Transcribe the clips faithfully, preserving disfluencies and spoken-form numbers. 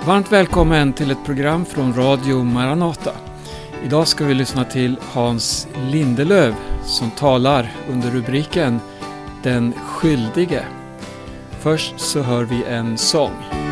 Varmt välkommen till ett program från Radio Maranata. Idag ska vi lyssna till Hans Lindelöv som talar under rubriken Den skyldige. Först så hör vi en sång.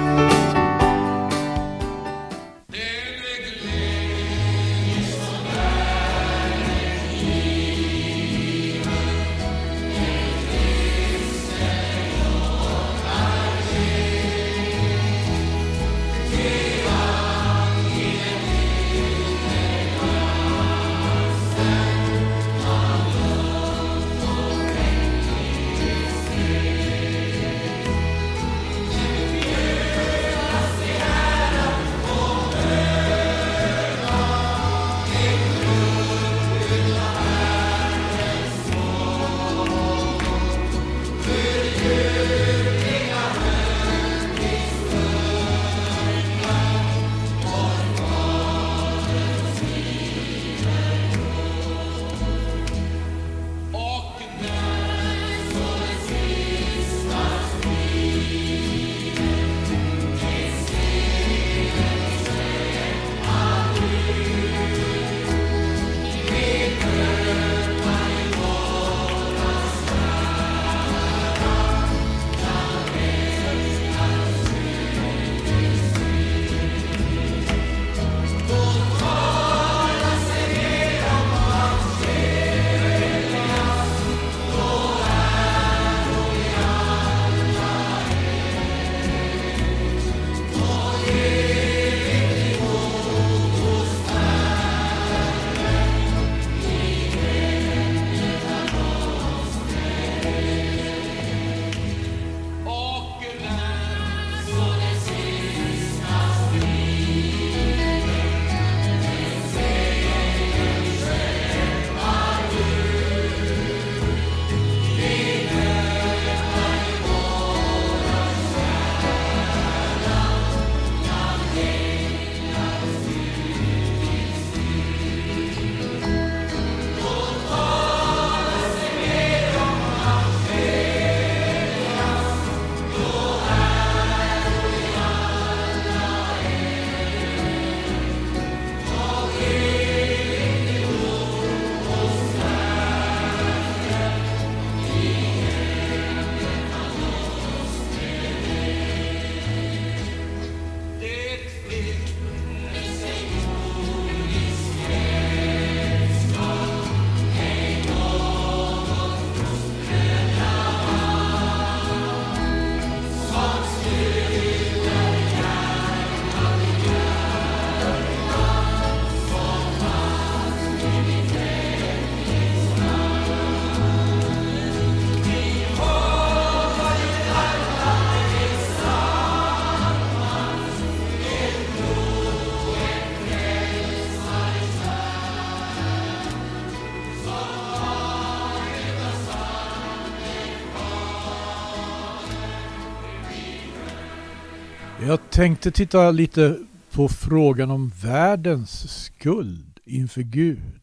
Jag tänkte titta lite på frågan om världens skuld inför Gud,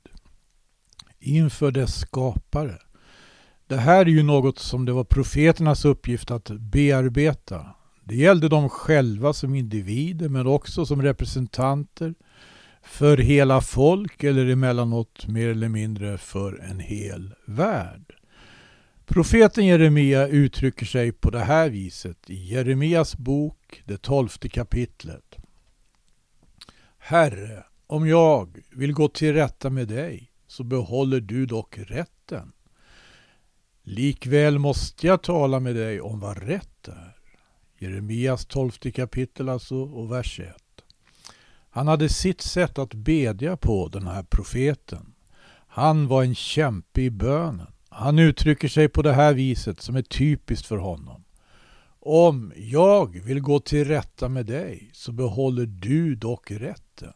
inför dess skapare. Det här är ju något som det var profeternas uppgift att bearbeta. Det gällde dem själva som individer men också som representanter för hela folk eller emellanåt mer eller mindre för en hel värld. Profeten Jeremia uttrycker sig på det här viset i Jeremias bok, det tolfte kapitlet. Herre, om jag vill gå till rätta med dig så behåller du dock rätten. Likväl måste jag tala med dig om vad rätt är. Jeremias tolfte kapitel alltså och vers ett. Han hade sitt sätt att bedja på, den här profeten. Han var en kämpe i bönen. Han uttrycker sig på det här viset som är typiskt för honom. Om jag vill gå till rätta med dig så behåller du dock rätten.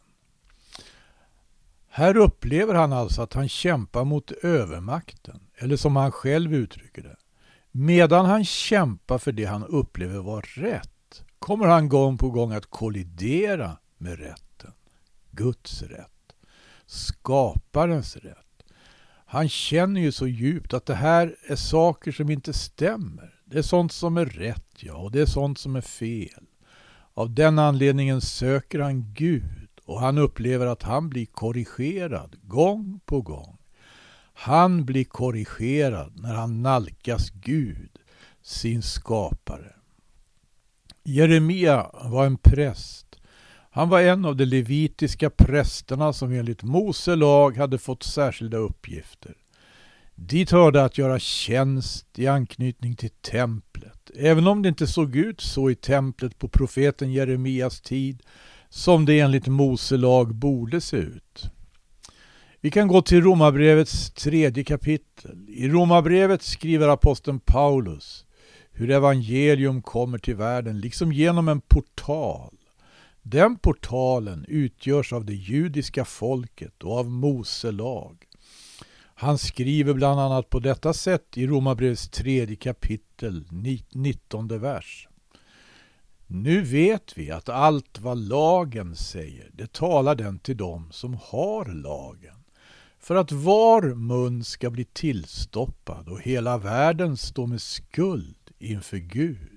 Här upplever han alltså att han kämpar mot övermakten, eller som han själv uttrycker det. Medan han kämpar för det han upplever var rätt, kommer han gång på gång att kollidera med rätten. Guds rätt. Skaparens rätt. Han känner ju så djupt att det här är saker som inte stämmer. Det är sånt som är rätt, ja, och det är sånt som är fel. Av den anledningen söker han Gud och han upplever att han blir korrigerad gång på gång. Han blir korrigerad när han nalkas Gud, sin skapare. Jeremia var en präst. Han var en av de levitiska prästerna som enligt Mose lag hade fått särskilda uppgifter. Dit hörde att göra tjänst i anknytning till templet, även om det inte såg ut så i templet på profeten Jeremias tid som det enligt Mose lag borde se ut. Vi kan gå till Romarbrevets tredje kapitel. I Romarbrevet skriver aposteln Paulus hur evangelium kommer till världen liksom genom en portal. Den portalen utgörs av det judiska folket och av Mose lag. Han skriver bland annat på detta sätt i Romarbrevets tredje kapitel, nittonde vers. Nu vet vi att allt vad lagen säger, det talar den till dem som har lagen. För att var mun ska bli tillstoppad och hela världen stå med skuld inför Gud.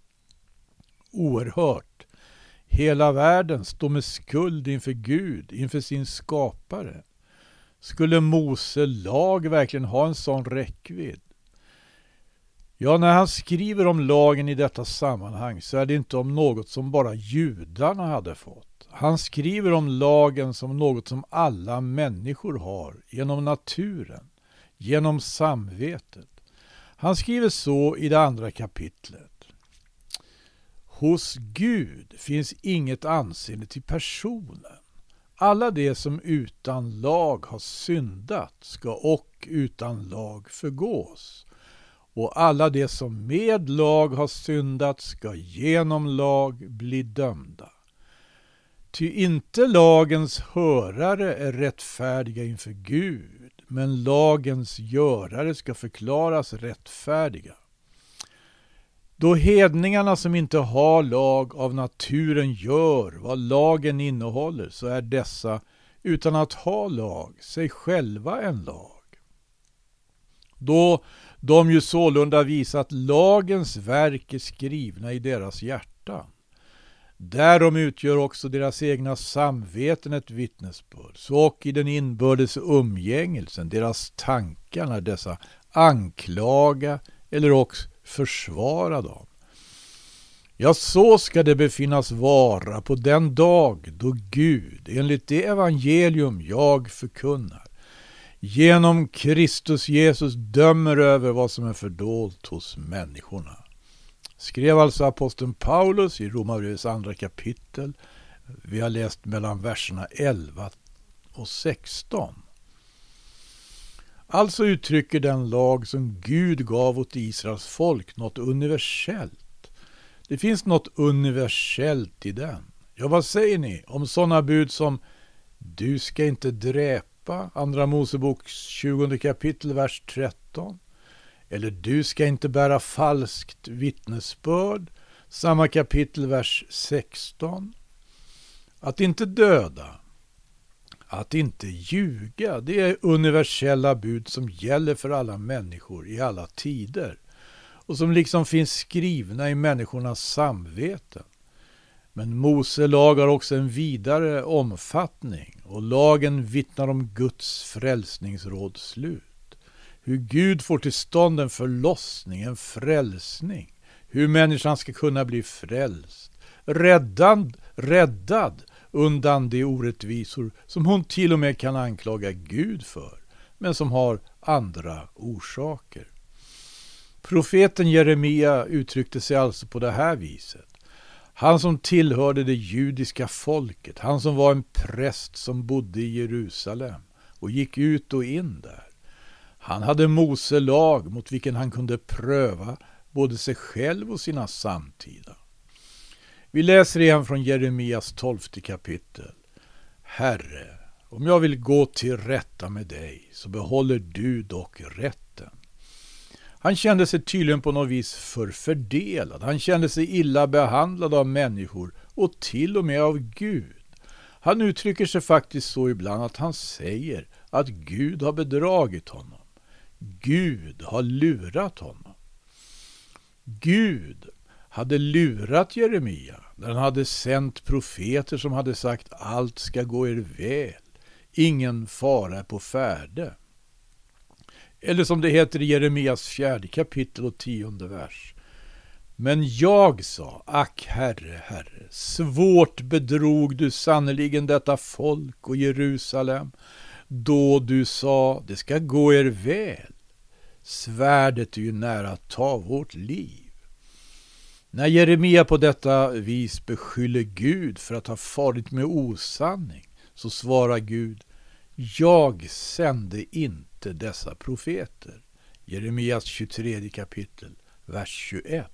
Oerhört. Hela världen står med skuld inför Gud, inför sin skapare. Skulle Mose lag verkligen ha en sån räckvidd? Ja, när han skriver om lagen i detta sammanhang så är det inte om något som bara judarna hade fått. Han skriver om lagen som något som alla människor har genom naturen, genom samvetet. Han skriver så i det andra kapitlet. Hos Gud finns inget anseende till personen. Alla de som utan lag har syndat ska och utan lag förgås. Och alla de som med lag har syndat ska genom lag bli dömda. Ty inte lagens hörare är rättfärdiga inför Gud, men lagens görare ska förklaras rättfärdiga. Då hedningarna som inte har lag av naturen gör vad lagen innehåller, så är dessa utan att ha lag sig själva en lag. Då de ju sålunda visat lagens verk är skrivna i deras hjärtan. Därom utgör också deras egna samveten ett vittnesbörd, så och i den inbördes umgängelsen deras tankar när dessa anklaga eller också försvara dem. Ja, så ska det befinnas vara på den dag då Gud, enligt det evangelium jag förkunnar, genom Kristus Jesus dömer över vad som är fördolt hos människorna. Skrev alltså aposteln Paulus i Romarbrevets andra kapitel. Vi har läst mellan verserna elva och sexton. Alltså uttrycker den lag som Gud gav åt Israels folk något universellt. Det finns något universellt i den. Ja, vad säger ni om sådana bud som du ska inte dräpa, andra Moseboks tjugonde kapitel, vers tretton. Eller du ska inte bära falskt vittnesbörd, samma kapitel, vers sexton. Att inte döda, att inte ljuga, det är universella bud som gäller för alla människor i alla tider och som liksom finns skrivna i människornas samveten. Men Mose lag har också en vidare omfattning och lagen vittnar om Guds frälsningsråds slut. Hur Gud får till stånd en förlossning, en frälsning. Hur människan ska kunna bli frälst. Räddad, räddad undan de orättvisor som hon till och med kan anklaga Gud för, men som har andra orsaker. Profeten Jeremia uttryckte sig alltså på det här viset. Han som tillhörde det judiska folket, han som var en präst som bodde i Jerusalem och gick ut och in där. Han hade Mose lag mot vilken han kunde pröva både sig själv och sina samtida. Vi läser igen från Jeremias tolfte kapitel. Herre, om jag vill gå till rätta med dig så behåller du dock rätten. Han kände sig tydligen på något vis förfördelad. Han kände sig illa behandlad av människor och till och med av Gud. Han uttrycker sig faktiskt så ibland att han säger att Gud har bedragit honom. Gud har lurat honom. Gud hade lurat Jeremia, Där han hade sänt profeter som hade sagt allt ska gå er väl. Ingen fara är på färde. Eller som det heter i Jeremias fjärde kapitel och tionde vers. Men jag sa, ack Herre, Herre, svårt bedrog du sannoliken detta folk och Jerusalem, då du sa, det ska gå er väl. Svärdet är ju nära att ta vårt liv. När Jeremia på detta vis beskyller Gud för att ha farit med osanning, så svarar Gud, jag sände inte dessa profeter. Jeremias tjugotredje kapitel, vers tjugoett.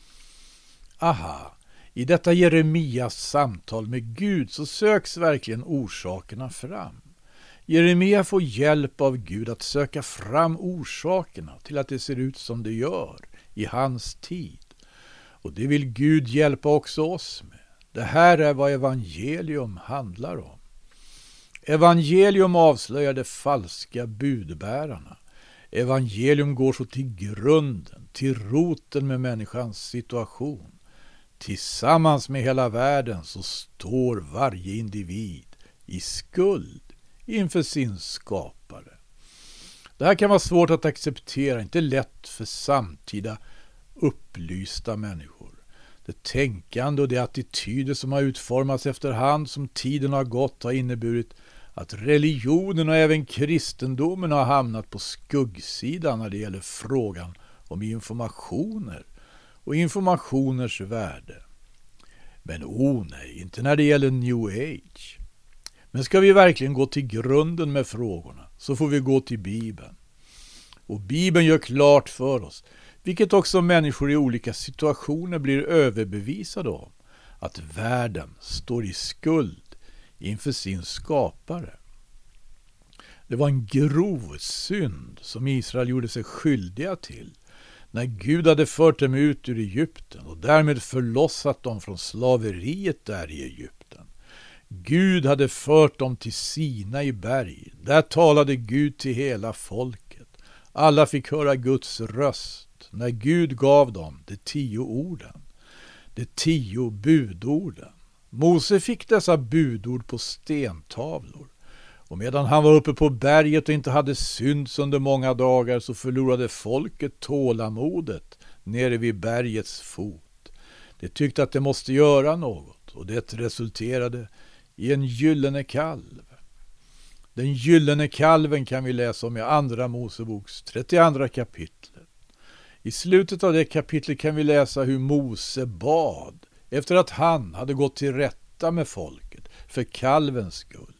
Aha, i detta Jeremias samtal med Gud så söks verkligen orsakerna fram. Jeremia får hjälp av Gud att söka fram orsakerna till att det ser ut som det gör i hans tid. Och det vill Gud hjälpa också oss med. Det här är vad evangelium handlar om. Evangelium avslöjar de falska budbärarna. Evangelium går så till grunden, till roten med människans situation. Tillsammans med hela världen så står varje individ i skuld inför sin skapare. Det här kan vara svårt att acceptera, inte lätt för samtida upplysta människor. Det tänkande och de attityder som har utformats efterhand som tiden har gått har inneburit att religionen och även kristendomen har hamnat på skuggsidan när det gäller frågan om informationer och informationers värde. Men oh nej, inte när det gäller New Age. Men ska vi verkligen gå till grunden med frågorna så får vi gå till Bibeln. Och Bibeln gör klart för oss, vilket också människor i olika situationer blir överbevisade om, att världen står i skuld inför sin skapare. Det var en grov synd som Israel gjorde sig skyldiga till när Gud hade fört dem ut ur Egypten och därmed förlossat dem från slaveriet där i Egypten. Gud hade fört dem till Sinai berg. Där talade Gud till hela folket. Alla fick höra Guds röst när Gud gav dem de tio orden, de tio budorden. Mose fick dessa budord på stentavlor. Och medan han var uppe på berget och inte hade synts under många dagar så förlorade folket tålamodet nere vid bergets fot. Det tyckte att det måste göra något och det resulterade i en gyllene kalv. Den gyllene kalven kan vi läsa om i andra Moseboks trettioandra kapitlet. I slutet av det kapitlet kan vi läsa hur Mose bad efter att han hade gått till rätta med folket för kalvens skull.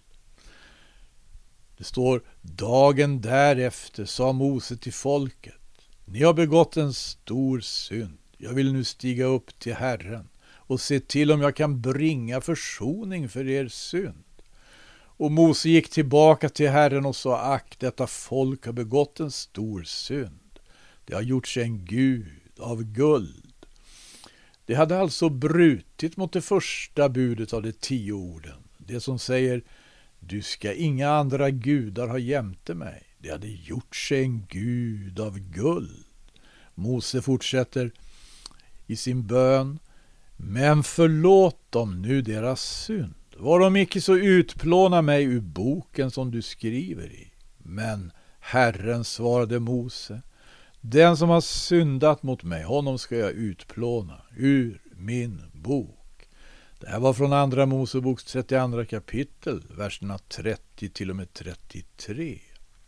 Det står, dagen därefter sa Mose till folket, ni har begått en stor synd. Jag vill nu stiga upp till Herren och se till om jag kan bringa försoning för er synd. Och Mose gick tillbaka till Herren och sa, ack, detta folk har begått en stor synd. Det har gjort sig en gud av guld. Det hade alltså brutit mot det första budet av de tio orden. Det som säger, du ska inga andra gudar ha jämte mig. Det hade gjort sig en gud av guld. Mose fortsätter i sin bön, men förlåt dem nu deras synd. Var de icke så utplåna mig ur boken som du skriver i. Men Herren svarade Mose, den som har syndat mot mig, honom ska jag utplåna ur min bok. Det här var från andra Moseboks trettioandra kapitel, verserna trettio till och med trettiotre.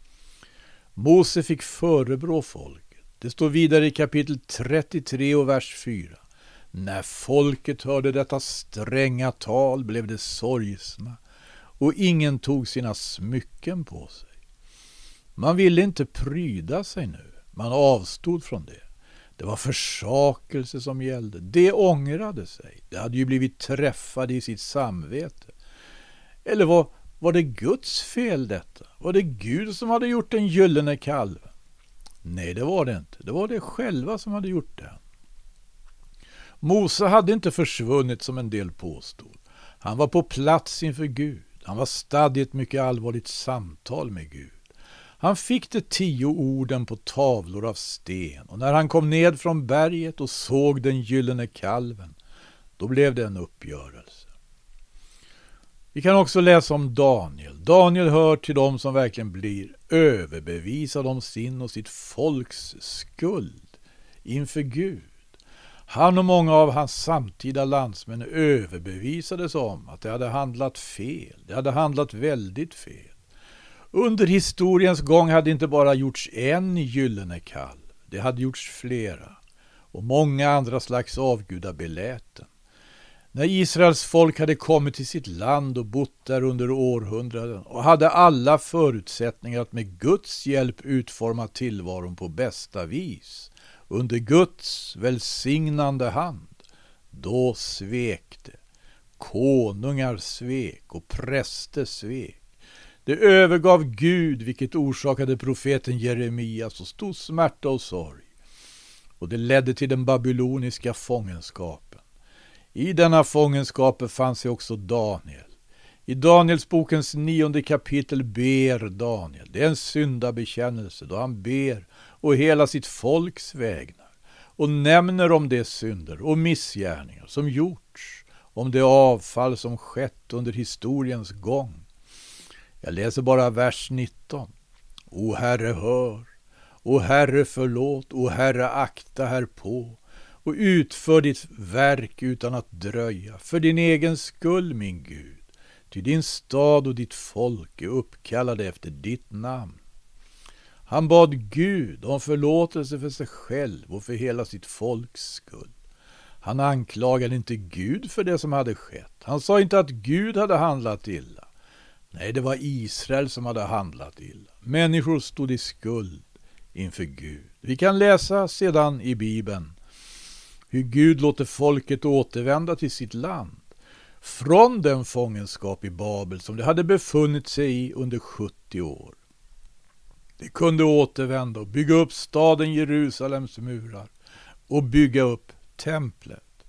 Mose fick förebrå folket. Det står vidare i kapitel trettiotre och vers fyra. När folket hörde detta stränga tal blev det sorgsna och ingen tog sina smycken på sig. Man ville inte pryda sig nu. Man avstod från det. Det var försakelse som gällde. Det ångrade sig. Det hade ju blivit träffade i sitt samvete. Eller var, var det Guds fel detta? Var det Gud som hade gjort den gyllene kalven? Nej, det var det inte. Det var det själva som hade gjort det. Mose hade inte försvunnit som en del påstod. Han var på plats inför Gud. Han var stadd i ett mycket allvarligt samtal med Gud. Han fick de tio orden på tavlor av sten och när han kom ned från berget och såg den gyllene kalven, Då blev det en uppgörelse. Vi kan också läsa om Daniel. Daniel hör till dem som verkligen blir överbevisade om sin och sitt folks skuld inför Gud. Han och många av hans samtida landsmän överbevisades om att det hade handlat fel. Det hade handlat väldigt fel. Under historiens gång hade inte bara gjorts en gyllene kalv. Det hade gjorts flera. Och många andra slags avgudabeläten. När Israels folk hade kommit till sitt land och bott där under århundraden och hade alla förutsättningar att med Guds hjälp utforma tillvaron på bästa vis, under Guds välsignande hand, då svek det. Konungar svek och präster svek. Det övergav Gud, vilket orsakade profeten Jeremia så stor smärta och sorg. Och det ledde till den babyloniska fångenskapen. I denna fångenskap befann sig också Daniel. I Daniels bokens nionde kapitel ber Daniel. Det är en syndabekännelse då han ber och hela sitt folks vägnar och nämner om de synder och missgärningar som gjorts, om det avfall som skett under historiens gång. Jag läser bara vers nitton. O Herre, hör. O Herre, förlåt. O Herre, akta härpå. Och utför ditt verk utan att dröja. För din egen skull, min Gud. Ty din stad och ditt folk är uppkallade efter ditt namn. Han bad Gud om förlåtelse för sig själv och för hela sitt folks skull. Han anklagade inte Gud för det som hade skett. Han sa inte att Gud hade handlat illa. Nej, det var Israel som hade handlat illa. Människor stod i skuld inför Gud. Vi kan läsa sedan i Bibeln hur Gud låter folket återvända till sitt land från den fångenskap i Babel som det hade befunnit sig i under sjuttio år. Det kunde återvända och bygga upp staden Jerusalems murar och bygga upp templet.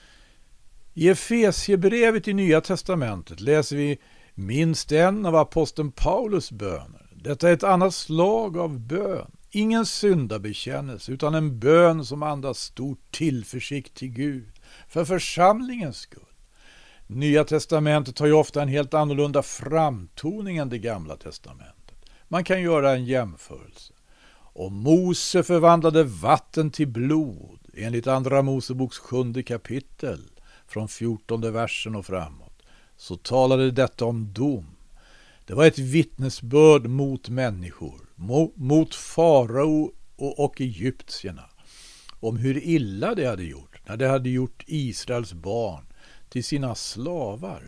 I Efesiebrevet i Nya testamentet läser vi minst en av aposteln Paulus böner. Detta är ett annat slag av bön. Ingen syndabekännelse utan en bön som andas stor tillförsikt till Gud för församlingens skull. Nya testamentet har ju ofta en helt annorlunda framtoning än det gamla testamentet. Man kan göra en jämförelse. Om Mose förvandlade vatten till blod enligt andra Moseboks sjunde kapitel från fjortonde versen och framåt, så talade detta om dom. Det var ett vittnesbörd mot människor, mot farao och egyptierna, om hur illa det hade gjort när det hade gjort Israels barn till sina slavar.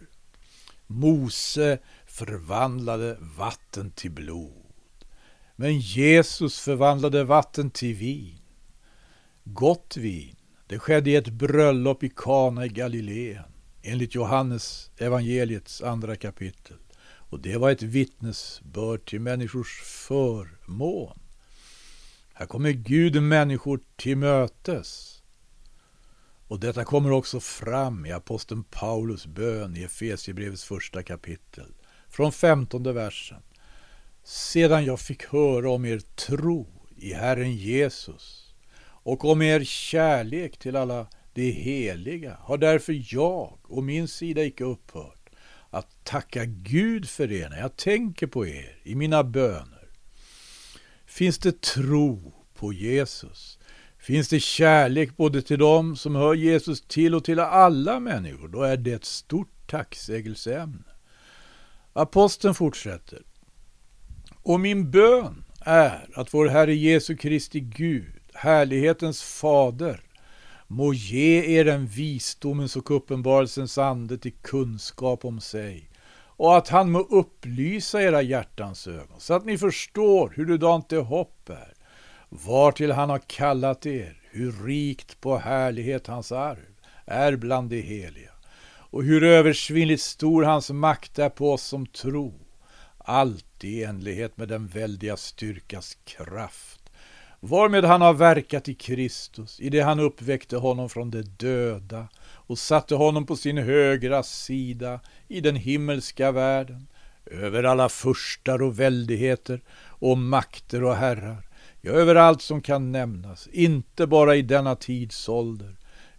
Mose förvandlade vatten till blod, men Jesus förvandlade vatten till vin. Gott vin, det skedde i ett bröllop i Kana i Galileen, enligt Johannes evangeliets andra kapitel. Och det var ett vittnesbörd till människors förmån. Här kommer Gud människor till mötes. Och detta kommer också fram i aposteln Paulus bön i Efesierbrevets första kapitel. Från femtonde versen. Sedan jag fick höra om er tro i Herren Jesus och om er kärlek till alla de heliga har därför jag och min sida icke upphört att tacka Gud för er när jag tänker på er i mina böner. Finns det tro på Jesus? Finns det kärlek både till dem som hör Jesus till och till alla människor? Då är det ett stort tacksägelseämne. Aposteln fortsätter. Och min bön är att vår Herre Jesu Kristi Gud, härlighetens fader, må ge er en visdomens och uppenbarelsens ande till kunskap om sig, och att han må upplysa era hjärtans ögon, så att ni förstår hurdant det hopp är, vartill han har kallat er, hur rikt på härlighet hans arv är bland de heliga, och hur översvinnligt stor hans makt är på oss som tro, allt i enlighet med den väldiga styrkas kraft, varmed han har verkat i Kristus, i det han uppväckte honom från de döda och satte honom på sin högra sida i den himmelska världen, över alla furstar och väldigheter och makter och herrar, ja, över allt som kan nämnas, inte bara i denna tidsålder,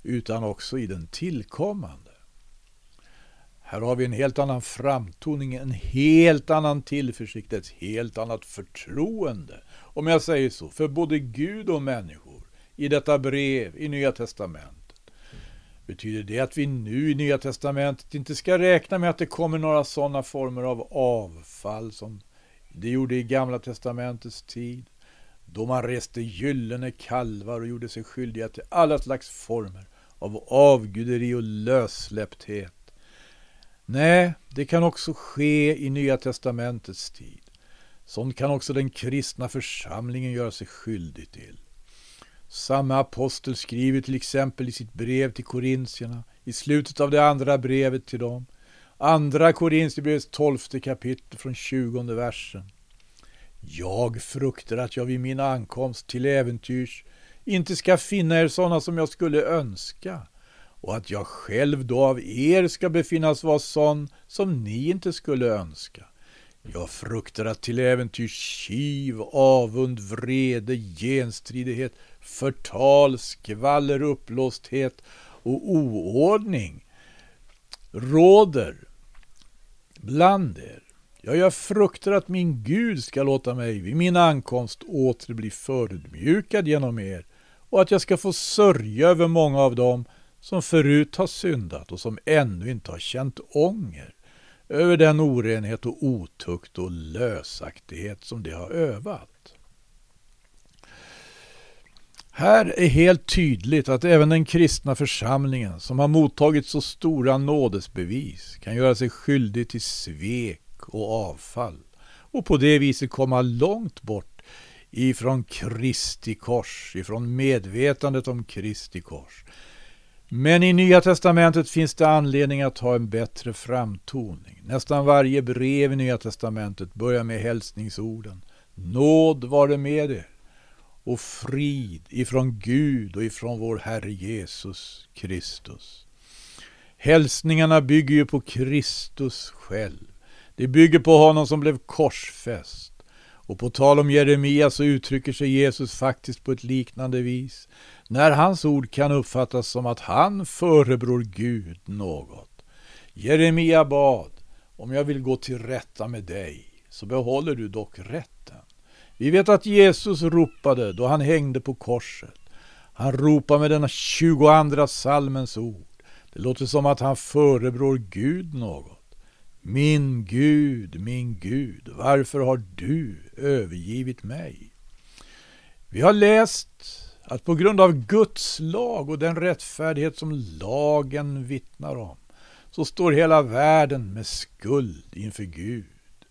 utan också i den tillkommande. Här har vi en helt annan framtoning, en helt annan tillförsikt, ett helt annat förtroende, om jag säger så, för både Gud och människor i detta brev i Nya Testamentet. Betyder det att vi nu i Nya Testamentet inte ska räkna med att det kommer några sådana former av avfall som det gjorde i Gamla Testamentets tid, då man reste gyllene kalvar och gjorde sig skyldiga till alla slags former av avguderi och lössläppthet? Nej, det kan också ske i Nya Testamentets tid. Sånt kan också den kristna församlingen göra sig skyldig till. Samma apostel skriver till exempel i sitt brev till korintierna, i slutet av det andra brevet till dem, andra Korintierbrevets tolfte kapitel från tjugonde versen. Jag fruktar att jag vid min ankomst till äventyrs inte ska finna er sådana som jag skulle önska, och att jag själv då av er ska befinnas vara sån som ni inte skulle önska. Jag fruktar att till äventyrs kiv, avund, vrede, genstridighet, förtal, skvaller, uppblåsthet och oordning råder bland er. Ja, jag fruktar att min Gud ska låta mig vid min ankomst åter bli förödmjukad genom er, och att jag ska få sörja över många av dem som förut har syndat och som ännu inte har känt ånger över den orenhet och otukt och lösaktighet som de har övat. Här är helt tydligt att även den kristna församlingen, som har mottagit så stora nådesbevis, kan göra sig skyldig till svek och avfall och på det viset komma långt bort ifrån Kristi kors, ifrån medvetandet om Kristi kors. Men i Nya Testamentet finns det anledning att ha en bättre framtoning. Nästan varje brev i Nya Testamentet börjar med hälsningsorden: nåd vare med er och frid ifrån Gud och ifrån vår Herre Jesus Kristus. Hälsningarna bygger ju på Kristus själv. Det bygger på honom som blev korsfäst. Och på tal om Jeremia så uttrycker sig Jesus faktiskt på ett liknande vis, när hans ord kan uppfattas som att han förebrår Gud något. Jeremia bad: om jag vill gå till rätta med dig, så behåller du dock rätten. Vi vet att Jesus ropade då han hängde på korset. Han ropade med denna tjugoandra psalmens ord. Det låter som att han förebrår Gud något. Min Gud, min Gud, varför har du övergivit mig? Vi har läst att på grund av Guds lag och den rättfärdighet som lagen vittnar om, så står hela världen med skuld inför Gud,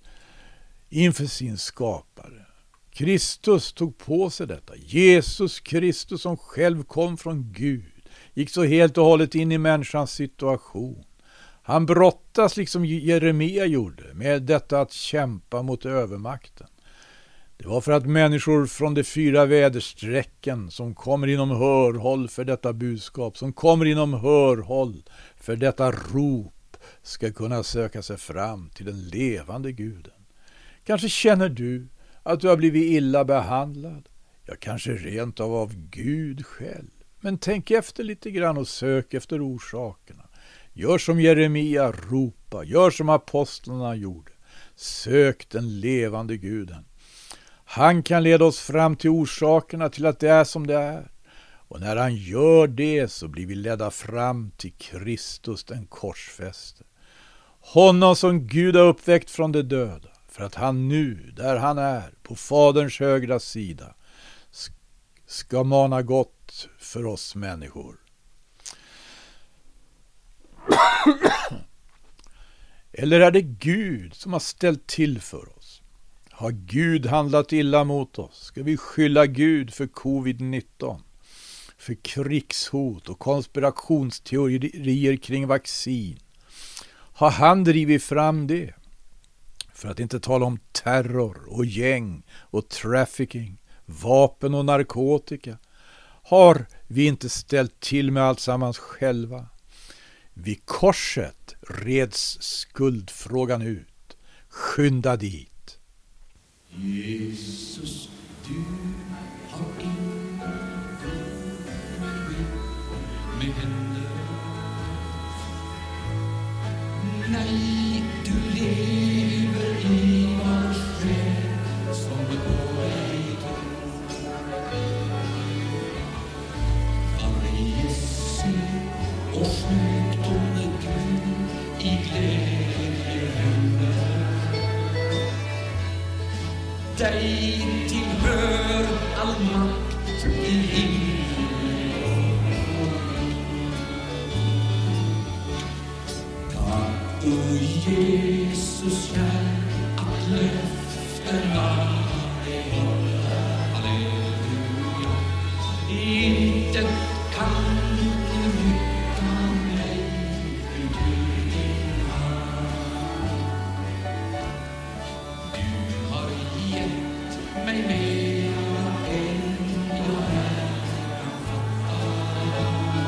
inför sin skapare. Kristus tog på sig detta. Jesus Kristus, som själv kom från Gud, gick så helt och hållet in i människans situation. Han brottas, liksom Jeremia gjorde, med detta att kämpa mot övermakten. Det var för att människor från de fyra väderstrecken som kommer inom hörhåll för detta budskap, som kommer inom hörhåll för detta rop, ska kunna söka sig fram till den levande Guden. Kanske känner du att du har blivit illa behandlad. Ja, kanske rent av av Gud själv. Men tänk efter lite grann och sök efter orsakerna. Gör som Jeremia, ropa. Gör som apostlarna gjorde. Sök den levande Guden. Han kan leda oss fram till orsakerna till att det är som det är. Och när han gör det så blir vi ledda fram till Kristus, den korsfäste. Honom som Gud har uppväckt från de döda. För att han nu, där han är, på Faderns högra sida, ska mana gott för oss människor. Eller är det Gud som har ställt till för oss? Har Gud handlat illa mot oss? Ska vi skylla Gud för covid nitton? För krigshot och konspirationsteorier kring vaccin? Har han drivit fram det? För att inte tala om terror och gäng och trafficking, vapen och narkotika. Har vi inte ställt till med allt sammans själva? Vid korset reds skuldfrågan ut. Skynda dit. Jesus, du har ingen med henne. Nej, du lever i var själ som du på dig tror. Varje synd och sjukdom är Gud i glädje händer. Dig tillhör all makt i himlen. Tack, o Jesus kär, att löftena är hållna. Halleluja. Inte kan du rycka mig ur din hand. Du har gett mig mera än jag här kan fatta.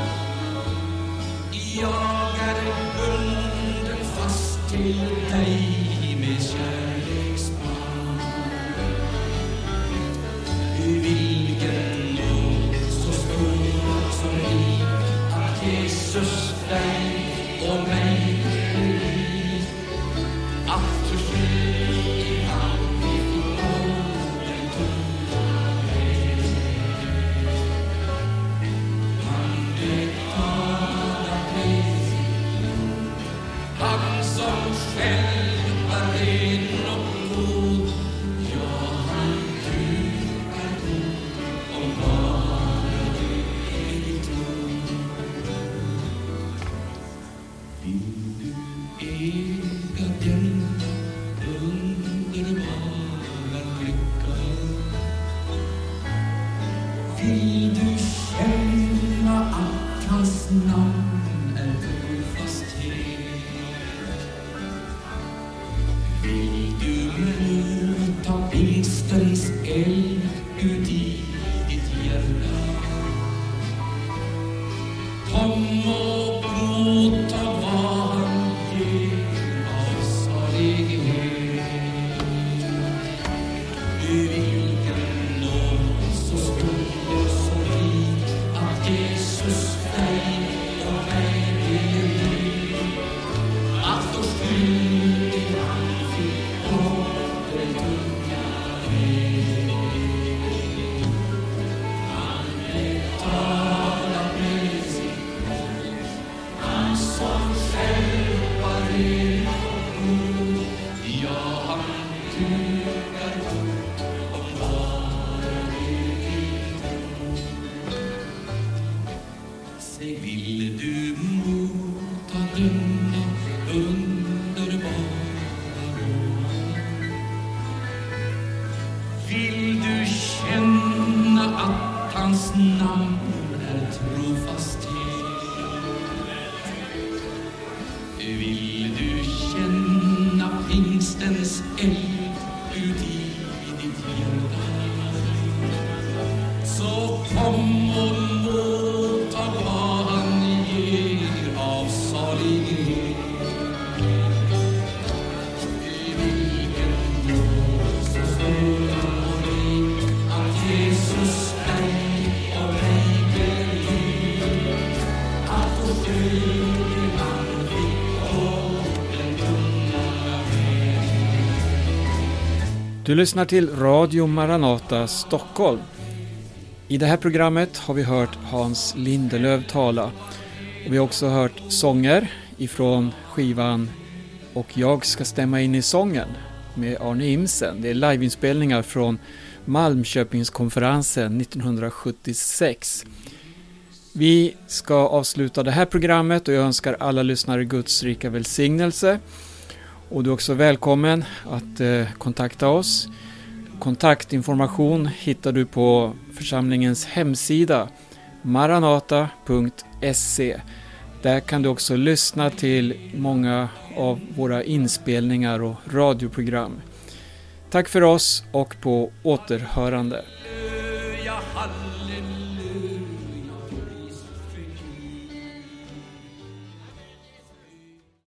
Jag är bunden fast till dig med kärleksband. Vilken nåd så stor som rik att Jesus dig och mig blir. Att förskyldig han fick på den tunga väg. Han betalar priset, han som själv är ren och god. Ja, han Gud är god om bara vi tror. Vill du äga den underbara lycka? Vill du känna att hans namn är trofasthet? Vill du motta pingstens eld ut i ditt hjärta? Kom och motta vad han ger av salighet. Vilken nåd så stor som rik att Jesus dig och mig blir. Att förskyldig han fick på den tunga väg. Han betalar priset, han som själv var ren och god. Ja, han dugar gott om bara vi tror. Säg, vill du motta denna underbara råd? Vill du känna att hans namn är trofasthet? Vill du känna pingstens eld ut i ditt hjärta? Så kom och motta vad han ger av salighet. Vilken nåd så stor och rik att Jesus dig och mig blir. Att förskyldig han fick på den tunga väg. Du lyssnar till Radio Maranata Stockholm. I det här programmet har vi hört Hans Lindelöv tala. Och vi har också hört sånger ifrån skivan Och jag ska stämma in i sången med Arne Imsen. Det är liveinspelningar från Malmköpingskonferensen nittonhundrasjuttiosex. Vi ska avsluta det här programmet och jag önskar alla lyssnare Guds rika välsignelse. Och du är också välkommen att eh, kontakta oss. Kontaktinformation hittar du på församlingens hemsida maranata punkt se. Där kan du också lyssna till många av våra inspelningar och radioprogram. Tack för oss och på återhörande. Halleluja, halleluja.